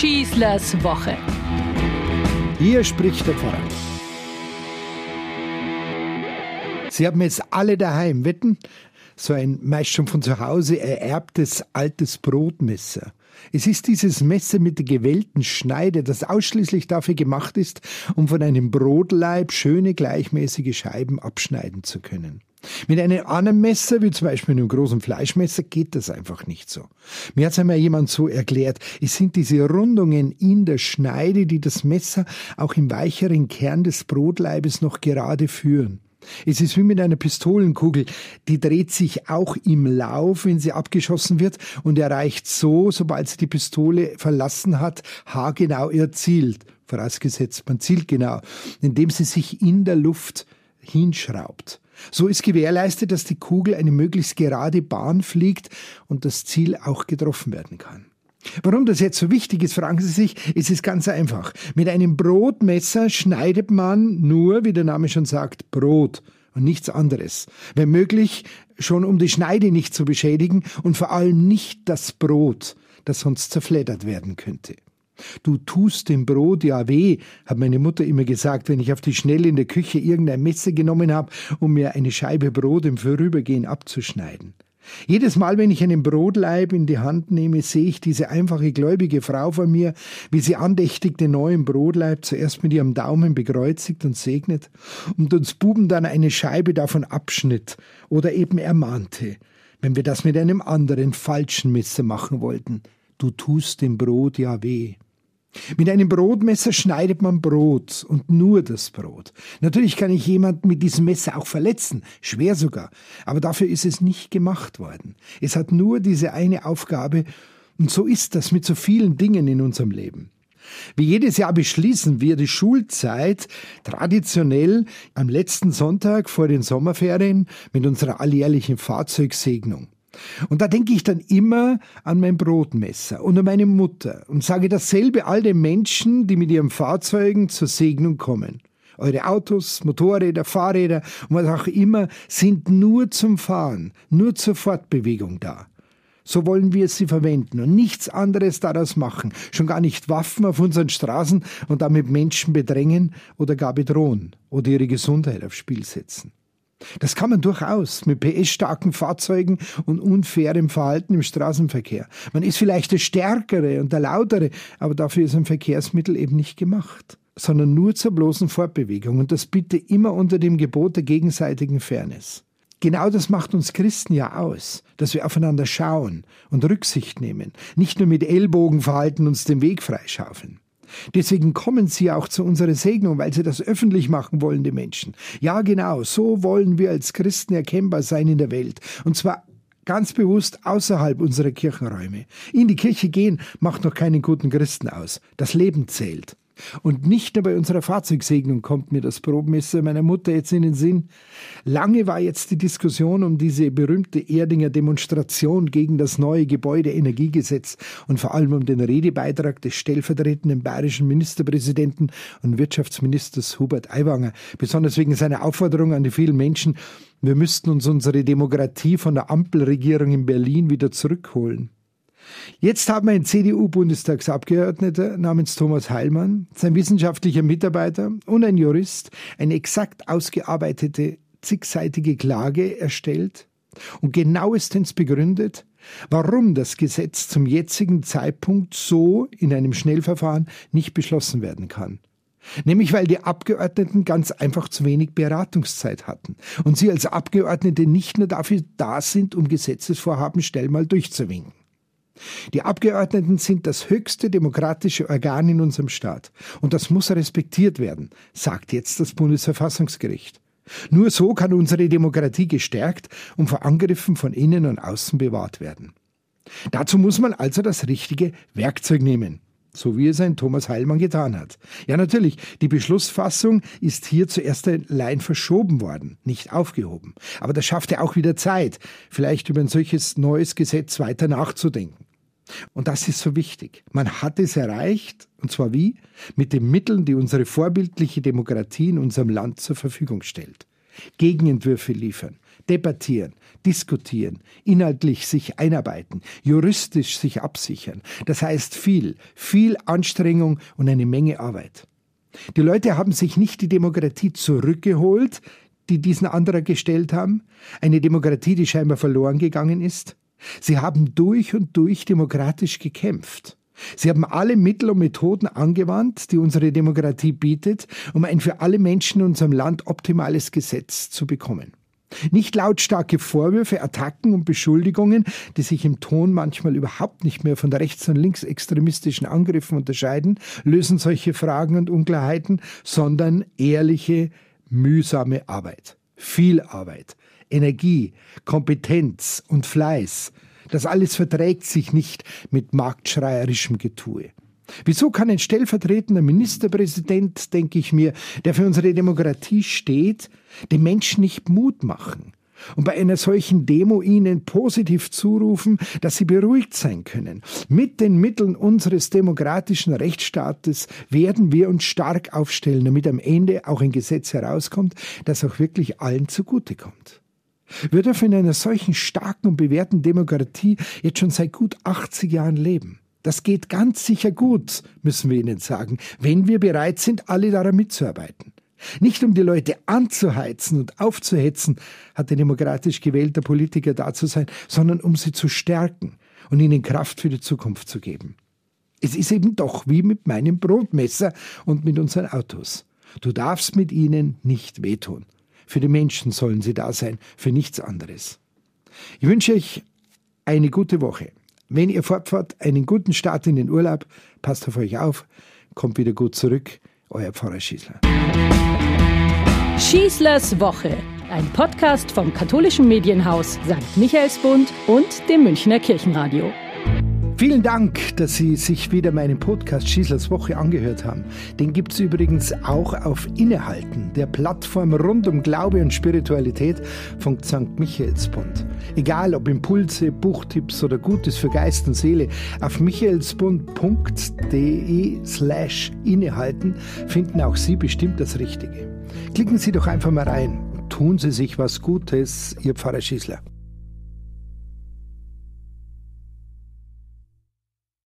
Schießlers Woche. Hier spricht der Pfarrer. Sie haben jetzt alle daheim, wetten? So ein meist schon von zu Hause ererbtes altes Brotmesser. Es ist dieses Messer mit der gewellten Schneide, das ausschließlich dafür gemacht ist, um von einem Brotlaib schöne gleichmäßige Scheiben abschneiden zu können. Mit einem anderen Messer, wie zum Beispiel einem großen Fleischmesser, geht das einfach nicht so. Mir hat es einmal jemand so erklärt, es sind diese Rundungen in der Schneide, die das Messer auch im weicheren Kern des Brotleibes noch gerade führen. Es ist wie mit einer Pistolenkugel, die dreht sich auch im Lauf, wenn sie abgeschossen wird und erreicht so, sobald sie die Pistole verlassen hat, haargenau ihr Ziel, vorausgesetzt man zielt genau, indem sie sich in der Luft hinschraubt. So ist gewährleistet, dass die Kugel eine möglichst gerade Bahn fliegt und das Ziel auch getroffen werden kann. Warum das jetzt so wichtig ist, fragen Sie sich, es ist ganz einfach. Mit einem Brotmesser schneidet man nur, wie der Name schon sagt, Brot und nichts anderes. Wenn möglich, schon um die Schneide nicht zu beschädigen und vor allem nicht das Brot, das sonst zerfleddert werden könnte. Du tust dem Brot ja weh, hat meine Mutter immer gesagt, wenn ich auf die Schnelle in der Küche irgendein Messer genommen habe, um mir eine Scheibe Brot im Vorübergehen abzuschneiden. Jedes Mal, wenn ich einen Brotlaib in die Hand nehme, sehe ich diese einfache gläubige Frau vor mir, wie sie andächtig den neuen Brotlaib zuerst mit ihrem Daumen bekreuzigt und segnet und uns Buben dann eine Scheibe davon abschnitt oder eben ermahnte, wenn wir das mit einem anderen falschen Messer machen wollten. Du tust dem Brot ja weh. Mit einem Brotmesser schneidet man Brot und nur das Brot. Natürlich kann ich jemanden mit diesem Messer auch verletzen, schwer sogar, aber dafür ist es nicht gemacht worden. Es hat nur diese eine Aufgabe und so ist das mit so vielen Dingen in unserem Leben. Wie jedes Jahr beschließen wir die Schulzeit traditionell am letzten Sonntag vor den Sommerferien mit unserer alljährlichen Fahrzeugsegnung. Und da denke ich dann immer an mein Brotmesser und an meine Mutter und sage dasselbe all den Menschen, die mit ihren Fahrzeugen zur Segnung kommen. Eure Autos, Motorräder, Fahrräder und was auch immer sind nur zum Fahren, nur zur Fortbewegung da. So wollen wir sie verwenden und nichts anderes daraus machen, schon gar nicht Waffen auf unseren Straßen und damit Menschen bedrängen oder gar bedrohen oder ihre Gesundheit aufs Spiel setzen. Das kann man durchaus mit PS-starken Fahrzeugen und unfairem Verhalten im Straßenverkehr. Man ist vielleicht der Stärkere und der Lautere, aber dafür ist ein Verkehrsmittel eben nicht gemacht, sondern nur zur bloßen Fortbewegung und das bitte immer unter dem Gebot der gegenseitigen Fairness. Genau das macht uns Christen ja aus, dass wir aufeinander schauen und Rücksicht nehmen, nicht nur mit Ellbogenverhalten uns den Weg freischaufeln. Deswegen kommen sie auch zu unserer Segnung, weil sie das öffentlich machen wollen, die Menschen. Ja, genau, so wollen wir als Christen erkennbar sein in der Welt. Und zwar ganz bewusst außerhalb unserer Kirchenräume. In die Kirche gehen macht noch keinen guten Christen aus. Das Leben zählt. Und nicht nur bei unserer Fahrzeugsegnung kommt mir das Brotmesser meiner Mutter jetzt in den Sinn. Lange war jetzt die Diskussion um diese berühmte Erdinger Demonstration gegen das neue Gebäudeenergiegesetz und vor allem um den Redebeitrag des stellvertretenden bayerischen Ministerpräsidenten und Wirtschaftsministers Hubert Aiwanger, besonders wegen seiner Aufforderung an die vielen Menschen, wir müssten uns unsere Demokratie von der Ampelregierung in Berlin wieder zurückholen. Jetzt haben wir einen CDU-Bundestagsabgeordneter namens Thomas Heilmann, sein wissenschaftlicher Mitarbeiter und ein Jurist eine exakt ausgearbeitete zig-seitige Klage erstellt und genauestens begründet, warum das Gesetz zum jetzigen Zeitpunkt so in einem Schnellverfahren nicht beschlossen werden kann. Nämlich weil die Abgeordneten ganz einfach zu wenig Beratungszeit hatten und sie als Abgeordnete nicht nur dafür da sind, um Gesetzesvorhaben schnell mal durchzuwinken. Die Abgeordneten sind das höchste demokratische Organ in unserem Staat. Und das muss respektiert werden, sagt jetzt das Bundesverfassungsgericht. Nur so kann unsere Demokratie gestärkt und vor Angriffen von innen und außen bewahrt werden. Dazu muss man also das richtige Werkzeug nehmen, so wie es ein Thomas Heilmann getan hat. Ja, natürlich, die Beschlussfassung ist hier zuerst allein verschoben worden, nicht aufgehoben. Aber das schafft ja auch wieder Zeit, vielleicht über ein solches neues Gesetz weiter nachzudenken. Und das ist so wichtig. Man hat es erreicht, und zwar wie? Mit den Mitteln, die unsere vorbildliche Demokratie in unserem Land zur Verfügung stellt. Gegenentwürfe liefern, debattieren, diskutieren, inhaltlich sich einarbeiten, juristisch sich absichern. Das heißt viel Anstrengung und eine Menge Arbeit. Die Leute haben sich nicht die Demokratie zurückgeholt, die diesen Antrag gestellt haben, eine Demokratie, die scheinbar verloren gegangen ist. Sie haben durch und durch demokratisch gekämpft. Sie haben alle Mittel und Methoden angewandt, die unsere Demokratie bietet, um ein für alle Menschen in unserem Land optimales Gesetz zu bekommen. Nicht lautstarke Vorwürfe, Attacken und Beschuldigungen, die sich im Ton manchmal überhaupt nicht mehr von rechts- und linksextremistischen Angriffen unterscheiden, lösen solche Fragen und Unklarheiten, sondern ehrliche, mühsame Arbeit. Viel Arbeit, Energie, Kompetenz und Fleiß. Das alles verträgt sich nicht mit marktschreierischem Getue. Wieso kann ein stellvertretender Ministerpräsident, denke ich mir, der für unsere Demokratie steht, den Menschen nicht Mut machen und bei einer solchen Demo ihnen positiv zurufen, dass sie beruhigt sein können? Mit den Mitteln unseres demokratischen Rechtsstaates werden wir uns stark aufstellen, damit am Ende auch ein Gesetz herauskommt, das auch wirklich allen zugutekommt. Wir dürfen in einer solchen starken und bewährten Demokratie jetzt schon seit gut 80 Jahren leben. Das geht ganz sicher gut, müssen wir Ihnen sagen, wenn wir bereit sind, alle daran mitzuarbeiten. Nicht um die Leute anzuheizen und aufzuhetzen, hat ein demokratisch gewählter Politiker da zu sein, sondern um sie zu stärken und ihnen Kraft für die Zukunft zu geben. Es ist eben doch wie mit meinem Brotmesser und mit unseren Autos. Du darfst mit ihnen nicht wehtun. Für die Menschen sollen sie da sein, für nichts anderes. Ich wünsche euch eine gute Woche. Wenn ihr fortfahrt, einen guten Start in den Urlaub. Passt auf euch auf, kommt wieder gut zurück. Euer Pfarrer Schießler. Schießlers Woche, ein Podcast vom katholischen Medienhaus St. Michaelsbund und dem Münchner Kirchenradio. Vielen Dank, dass Sie sich wieder meinen Podcast Schießlers Woche angehört haben. Den gibt es übrigens auch auf Innehalten, der Plattform rund um Glaube und Spiritualität von St. Michaelsbund. Egal ob Impulse, Buchtipps oder Gutes für Geist und Seele, auf michaelsbund.de/innehalten finden auch Sie bestimmt das Richtige. Klicken Sie doch einfach mal rein und tun Sie sich was Gutes, Ihr Pfarrer Schießler.